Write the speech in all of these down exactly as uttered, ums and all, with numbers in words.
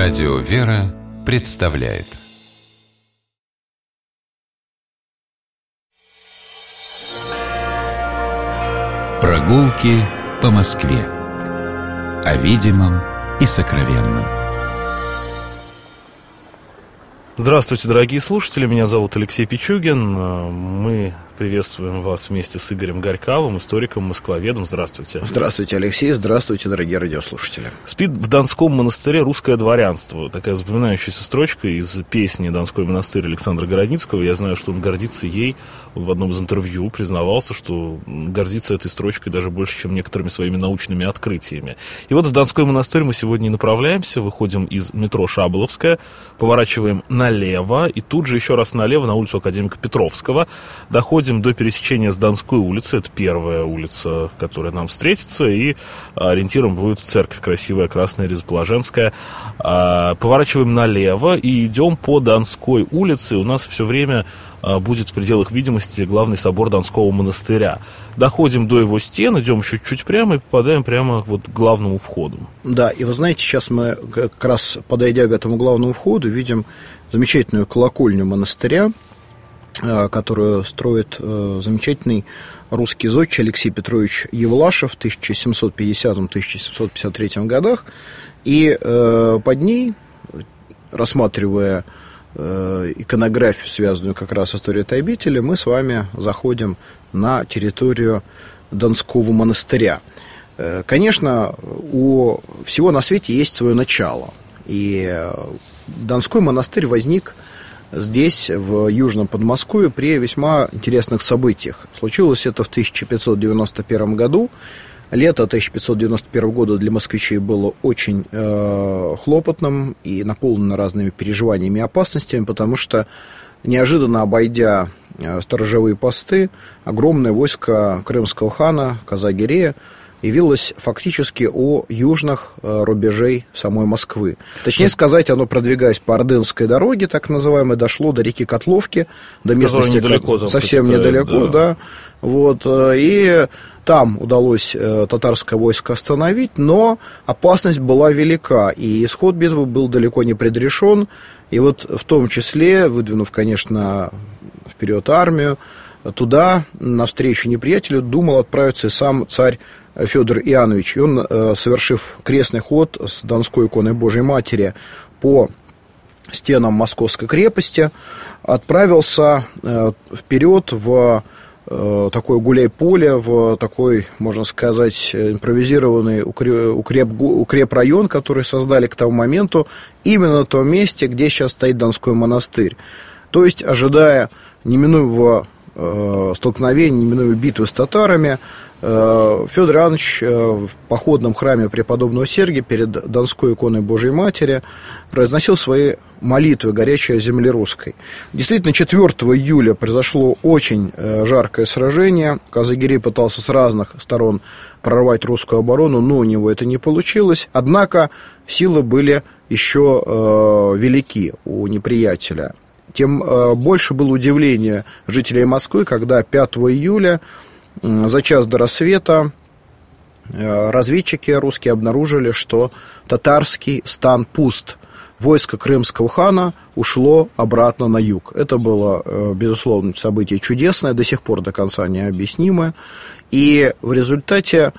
Радио «Вера» представляет прогулки по Москве. О видимом и сокровенном. Здравствуйте, дорогие слушатели, меня зовут Алексей Пичугин. Мы приветствуем вас вместе с Игорем Горьковым, историком, москвоведом. Здравствуйте. Здравствуйте, Алексей. Здравствуйте, дорогие радиослушатели. Спит в Донском монастыре русское дворянство. Такая запоминающаяся строчка из песни «Донской монастырь» Александра Городницкого. Я знаю, что он гордится ей. Он в одном из интервью признавался, что гордится этой строчкой даже больше, чем некоторыми своими научными открытиями. И вот в Донской монастырь мы сегодня и направляемся. Выходим из метро Шаболовская, поворачиваем налево и тут же еще раз налево на улицу Академика Петровского. Доходим до пересечения с Донской улицей. Это первая улица, которая нам встретится. И ориентиром будет церковь красивая, красная, Резоположенская. Поворачиваем налево и идем по Донской улице. У нас все время будет в пределах видимости главный собор Донского монастыря. Доходим до его стен, идем еще чуть-чуть прямо и попадаем прямо вот к главному входу. Да, и вы знаете, сейчас мы как раз, подойдя к этому главному входу, видим замечательную колокольню монастыря, которую строит замечательный русский зодчий Алексей Петрович Евлашев в тысяча семьсот пятидесятом — тысяча семьсот пятьдесят третьем годах. И под ней, рассматривая иконографию, связанную как раз с историей этой обители, мы с вами заходим на территорию Донского монастыря. Конечно, у всего на свете есть свое начало. И Донской монастырь возник здесь, в Южном Подмосковье, при весьма интересных событиях. Случилось это в тысяча пятьсот девяносто первом году. Лето тысяча пятьсот девяносто первого года для москвичей было очень э, хлопотным и наполнено разными переживаниями и опасностями, потому что, неожиданно обойдя э, сторожевые посты, огромное войско крымского хана Каза-Гирея явилось фактически у южных э, рубежей самой Москвы. Точнее сказать, оно, продвигаясь по Ордынской дороге, так называемой, дошло до реки Котловки, до местности недалеко, там, совсем недалеко, да. да. Вот, и там удалось э, татарское войско остановить, но опасность была велика, и исход битвы был далеко не предрешен. И вот в том числе, выдвинув, конечно, вперед армию, туда, навстречу неприятелю, думал отправиться и сам царь Федор Иоаннович. И он, совершив крестный ход с Донской иконой Божией Матери по стенам Московской крепости, отправился вперед в такое гуляй-поле, в такой, можно сказать, импровизированный укреп, укрепрайон, который создали к тому моменту, именно на том месте, где сейчас стоит Донской монастырь. То есть, ожидая неминуемого столкновения, неминуемой битвы с татарами, Федор Иоаннович в походном храме преподобного Сергия перед Донской иконой Божией Матери произносил свои молитвы «Горячая земли русской». Действительно, четвёртого июля произошло очень жаркое сражение. Каза-Гирей пытался с разных сторон прорвать русскую оборону, но у него это не получилось. Однако силы были еще э, велики у неприятеля. Тем э, больше было удивление жителей Москвы, когда пятого июля за час до рассвета разведчики русские обнаружили, что татарский стан пуст. Войско крымского хана ушло обратно на юг. Это было, безусловно, событие чудесное, до сих пор до конца необъяснимое. И в результате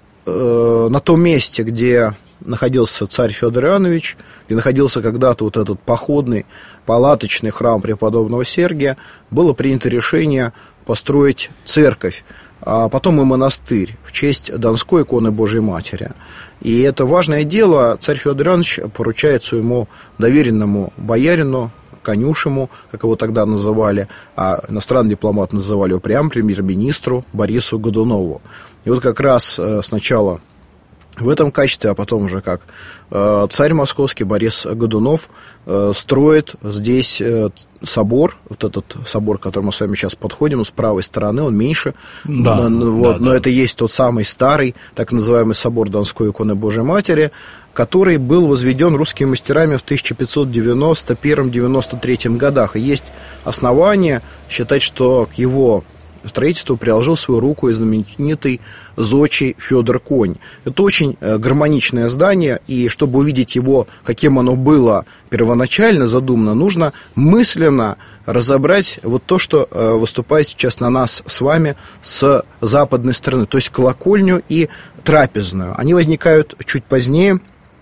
на том месте, где находился царь Федор Иоаннович, где находился когда-то вот этот походный палаточный храм преподобного Сергия, было принято решение построить церковь, а потом и монастырь в честь Донской иконы Божией Матери. И это важное дело царь Федор Иванович поручает своему доверенному боярину, конюшему, как его тогда называли, а иностранный дипломат называли его прям премьер-министру Борису Годунову. И вот как раз сначала в этом качестве, а потом уже как э, царь московский Борис Годунов э, строит здесь э, собор, вот этот собор, к которому мы с вами сейчас подходим, с правой стороны, он меньше, да, но, вот, да, но да. это есть тот самый старый, так называемый собор Донской иконы Божией Матери, который был возведен русскими мастерами в тысяча пятьсот девяносто первом — девяносто третьем годах. И есть основания считать, что к его строительству приложил свою руку и знаменитый зодчий Федор Конь. Это очень гармоничное здание, и чтобы увидеть его, каким оно было первоначально задумано, нужно мысленно разобрать вот то, что выступает сейчас на нас с вами с западной стороны, то есть колокольню и трапезную. Они возникают чуть позднее,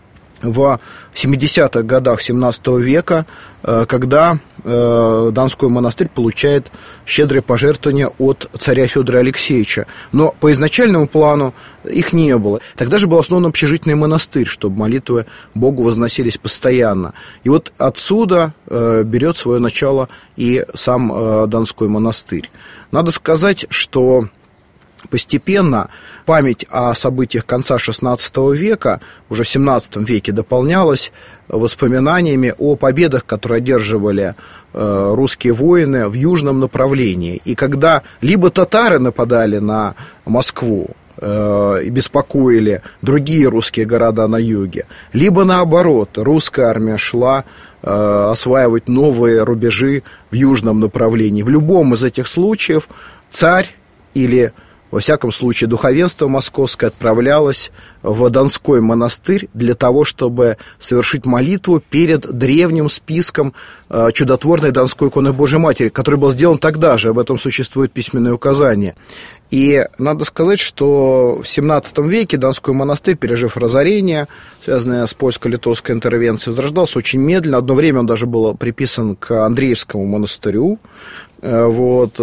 в семидесятых годах семнадцатого века, когда Донской монастырь получает щедрые пожертвования от царя Федора Алексеевича. Но по изначальному плану их не было. Тогда же был основан общежитный монастырь, чтобы молитвы Богу возносились постоянно. И вот отсюда берет свое начало и сам Донской монастырь. Надо сказать, что постепенно память о событиях конца шестнадцатого века уже в семнадцатом веке дополнялась воспоминаниями о победах, которые одерживали э, русские воины в южном направлении. И когда либо татары нападали на Москву э, и беспокоили другие русские города на юге, либо наоборот, русская армия шла э, осваивать новые рубежи в южном направлении. В любом из этих случаев царь или, во всяком случае, духовенство московское отправлялось в Донской монастырь для того, чтобы совершить молитву перед древним списком э, чудотворной Донской иконы Божией Матери, который был сделан тогда же, об этом существует письменное указание. И надо сказать, что в семнадцатом веке Донской монастырь, пережив разорение, связанное с польско-литовской интервенцией, возрождался очень медленно. Одно время он даже был приписан к Андреевскому монастырю. Вот,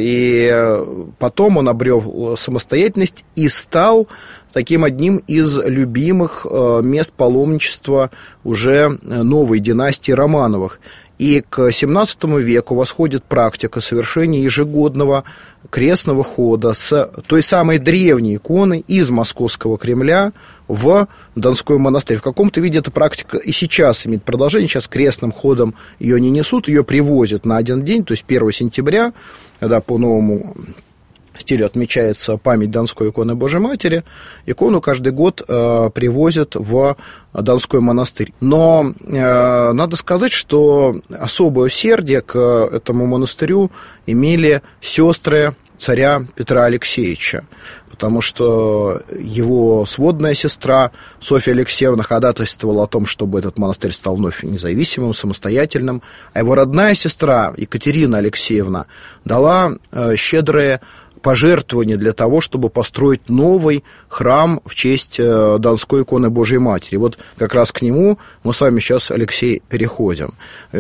и потом он обрел самостоятельность и стал таким одним из любимых мест паломничества уже новой династии Романовых. И к семнадцатому веку восходит практика совершения ежегодного крестного хода с той самой древней иконы из Московского Кремля в Донской монастырь. В каком-то виде эта практика и сейчас имеет продолжение. Сейчас крестным ходом ее не несут, ее привозят на один день, то есть первого сентября, когда по новому стилю отмечается память Донской иконы Божией Матери. Икону каждый год э, привозят в Донской монастырь. Но э, надо сказать, что особое усердие к этому монастырю имели сестры царя Петра Алексеевича, потому что его сводная сестра Софья Алексеевна ходатайствовала о том, чтобы этот монастырь стал вновь независимым, самостоятельным, а его родная сестра Екатерина Алексеевна дала э, щедрые пожертвования для того, чтобы построить новый храм в честь Донской иконы Божией Матери. Вот как раз к нему мы с вами сейчас, Алексей, переходим.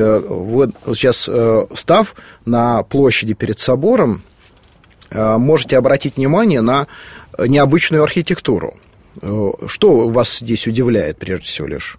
Вы сейчас, став на площади перед собором, можете обратить внимание на необычную архитектуру. Что вас здесь удивляет, прежде всего, лишь?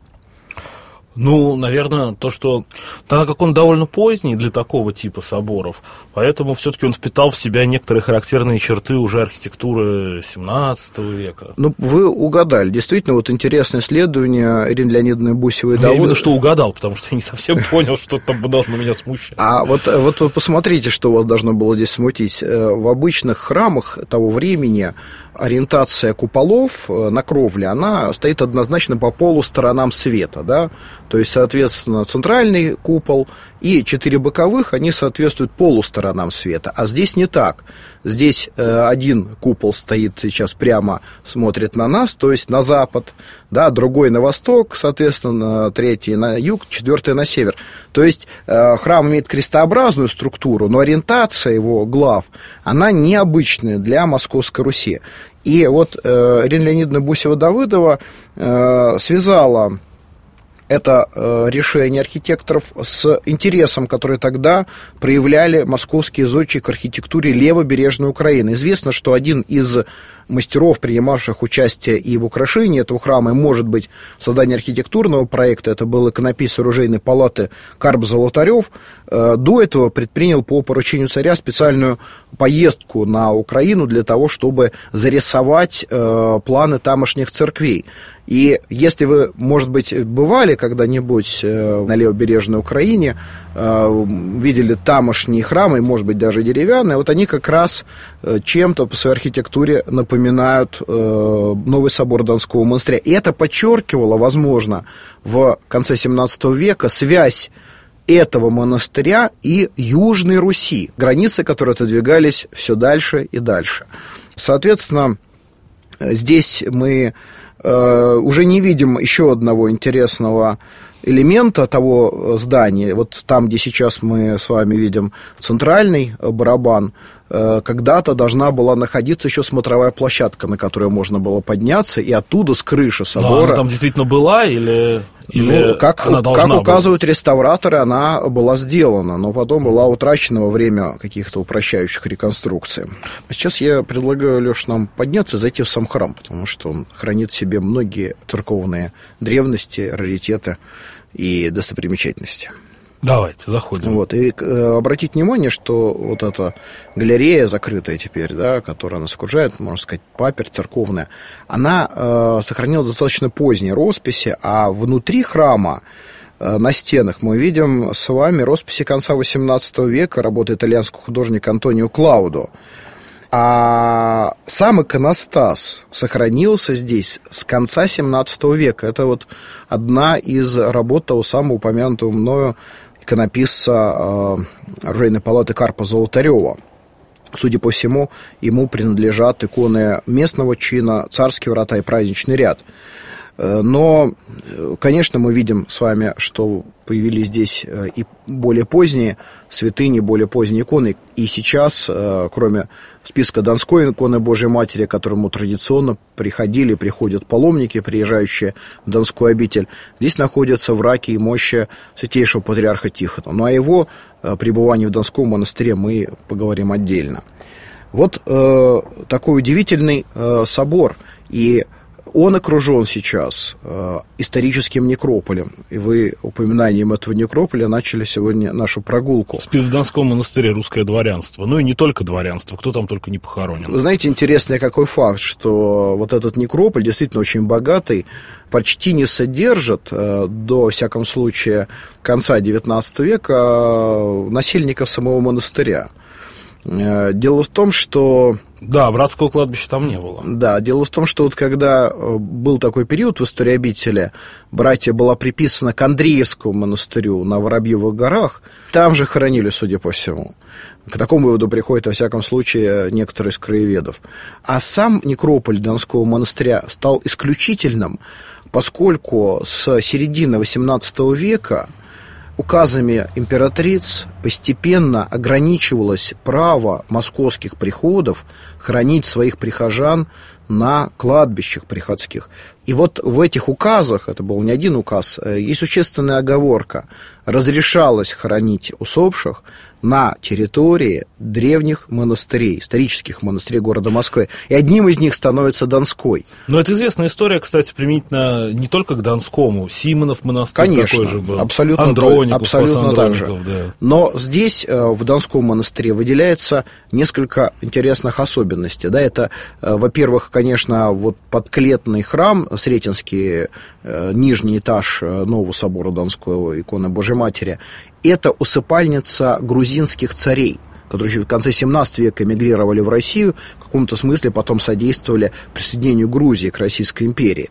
Ну, наверное, то, что... Так как он довольно поздний для такого типа соборов, поэтому все-таки он впитал в себя некоторые характерные черты уже архитектуры семнадцатого века. Ну, вы угадали. Действительно, вот интересное исследование Ирины Леонидовны Бусевой. Я именно что угадал, потому что я не совсем понял, что там должно меня смущать. А вот, вот вы посмотрите, что вас должно было здесь смутить. В обычных храмах того времени ориентация куполов на кровле, она стоит однозначно по полу сторонам света, да, то есть, соответственно, центральный купол и четыре боковых, они соответствуют полусторонам света, а здесь не так. Здесь э, один купол стоит сейчас прямо, смотрит на нас, то есть на запад, да, другой на восток, соответственно, третий на юг, четвертый на север. То есть э, храм имеет крестообразную структуру, но ориентация его глав, она необычная для Московской Руси. И вот э, Ирина Леонидовна Бусева-Давыдова э, связала это э, решение архитекторов с интересом, который тогда проявляли московские зодчие к архитектуре левобережной Украины. Известно, что один из мастеров, принимавших участие и в украшении этого храма, и, может быть, в создании архитектурного проекта, это был иконописец оружейной палаты Карп Золотарев, э, до этого предпринял по поручению царя специальную поездку на Украину для того, чтобы зарисовать э, планы тамошних церквей. И если вы, может быть, бывали когда-нибудь на левобережной Украине, видели тамошние храмы, может быть, даже деревянные, вот они как раз чем-то по своей архитектуре напоминают новый собор Донского монастыря. И это подчеркивало, возможно, в конце семнадцатого века связь этого монастыря и Южной Руси, границы, которые отодвигались все дальше и дальше. Соответственно, здесь мы э, уже не видим еще одного интересного элемента того здания. Вот там, где сейчас мы с вами видим центральный барабан, э, когда-то должна была находиться еще смотровая площадка, на которую можно было подняться, и оттуда, с крыши собора... Но она там действительно была или... Или ну, как, она как указывают быть? реставраторы, она была сделана, но потом была утрачена во время каких-то упрощающих реконструкций. Сейчас я предлагаю, Леш, нам подняться и зайти в сам храм, потому что он хранит в себе многие церковные древности, раритеты и достопримечательности. Давайте, заходим. Вот, и э, обратить внимание, что вот эта галерея закрытая теперь, да, которая нас окружает, можно сказать, паперть церковная, она э, сохранила достаточно поздние росписи, а внутри храма э, на стенах мы видим с вами росписи конца восемнадцатого века работы итальянского художника Антонио Клаудо. А сам иконостас сохранился здесь с конца семнадцатого века. Это вот одна из работ того самого упомянутого мною иконописца э, оружейной палаты Карпа Золотарева. Судя по всему, ему принадлежат иконы местного чина, царские врата и праздничный ряд. Но, конечно, мы видим с вами, что появились здесь и более поздние святыни, более поздние иконы. И сейчас, кроме списка Донской иконы Божией Матери, к которому традиционно приходили, приходят паломники, приезжающие в Донскую обитель, здесь находятся враки и мощи святейшего патриарха Тихона. Ну, о его пребывании в Донском монастыре мы поговорим отдельно. Вот э, такой удивительный э, собор, и он окружен сейчас э, историческим некрополем. И вы упоминанием этого некрополя начали сегодня нашу прогулку. Спит в Донском монастыре русское дворянство. Ну и не только дворянство, кто там только не похоронен. Вы знаете, интересный какой факт, что вот этот некрополь действительно очень богатый, почти не содержит э, до, во всяком случае, конца девятнадцатого века э, насельников самого монастыря. Э, дело в том, что... Да, братского кладбища там не было. Да, дело в том, что вот когда был такой период в истории обители, братья была приписана к Андреевскому монастырю на Воробьевых горах, там же хоронили, судя по всему. К такому выводу приходят, во всяком случае, некоторые из краеведов. А сам некрополь Донского монастыря стал исключительным, поскольку с середины восемнадцатого века указами императриц постепенно ограничивалось право московских приходов хранить своих прихожан на кладбищах приходских. И вот в этих указах, это был не один указ, есть существенная оговорка. Разрешалось хоронить усопших на территории древних монастырей, исторических монастырей города Москвы. И одним из них становится Донской. Но это известная история, кстати, применительно не только к Донскому. Симонов монастырь Конечно, такой же был. Абсолютно, Андроников, абсолютно так же. Да. Но здесь, в Донском монастыре, выделяется несколько интересных особенностей. Да, это, во-первых, конечно, вот подклетный храм, Сретенский, нижний этаж нового собора Донской иконы Божией Матери, это усыпальница грузинских царей, которые еще в конце семнадцатого века эмигрировали в Россию, в каком-то смысле потом содействовали присоединению Грузии к Российской империи.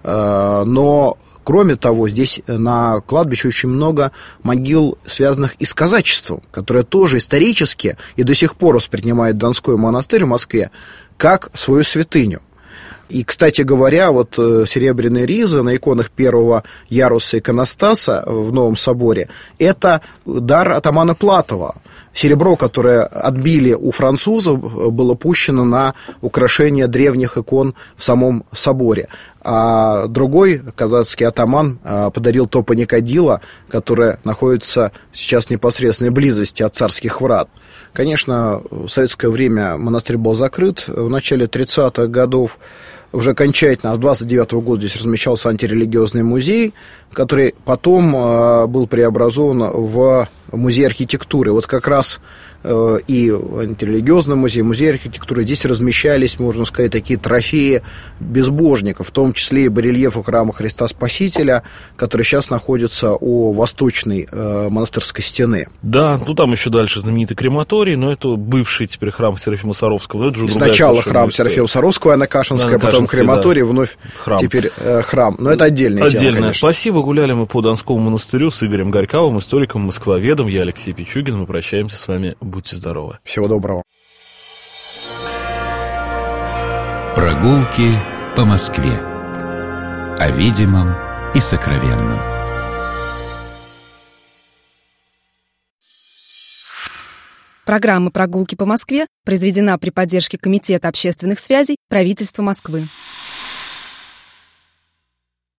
Но, кроме того, здесь на кладбище очень много могил, связанных и с казачеством, которое тоже исторически и до сих пор воспринимает Донской монастырь в Москве как свою святыню. И, кстати говоря, вот серебряные ризы на иконах первого яруса иконостаса в Новом соборе – это дар атамана Платова. Серебро, которое отбили у французов, было пущено на украшение древних икон в самом соборе. А другой казацкий атаман подарил то паникадило, которое находится сейчас в непосредственной близости от царских врат. Конечно, в советское время монастырь был закрыт. В начале тридцатых годов уже окончательно, с двадцать девятого года здесь размещался антирелигиозный музей, который потом был преобразован в музей архитектуры. Вот как раз и антирелигиозный музей, музей архитектуры. Здесь размещались, можно сказать, такие трофеи безбожников, в том числе и барельефы храма Христа Спасителя, который сейчас находится у восточной э, монастырской стены. Да, ну там еще дальше знаменитый крематорий, но это бывший теперь храм Серафима Саровского. Но это же сначала храм Серафима Саровского, Анна Кашинская, да, потом крематорий, да. Вновь храм. Теперь э, храм. Но это отдельная тема, Отдельное. Спасибо. Гуляли мы по Донскому монастырю с Игорем Горьковым, историком, москвоведом. Я Алексей Пичугин. Мы прощаемся с вами. Будьте здоровы. Всего доброго. Прогулки по Москве. О видимом и сокровенном. Программа «Прогулки по Москве» произведена при поддержке Комитета общественных связей правительства Москвы.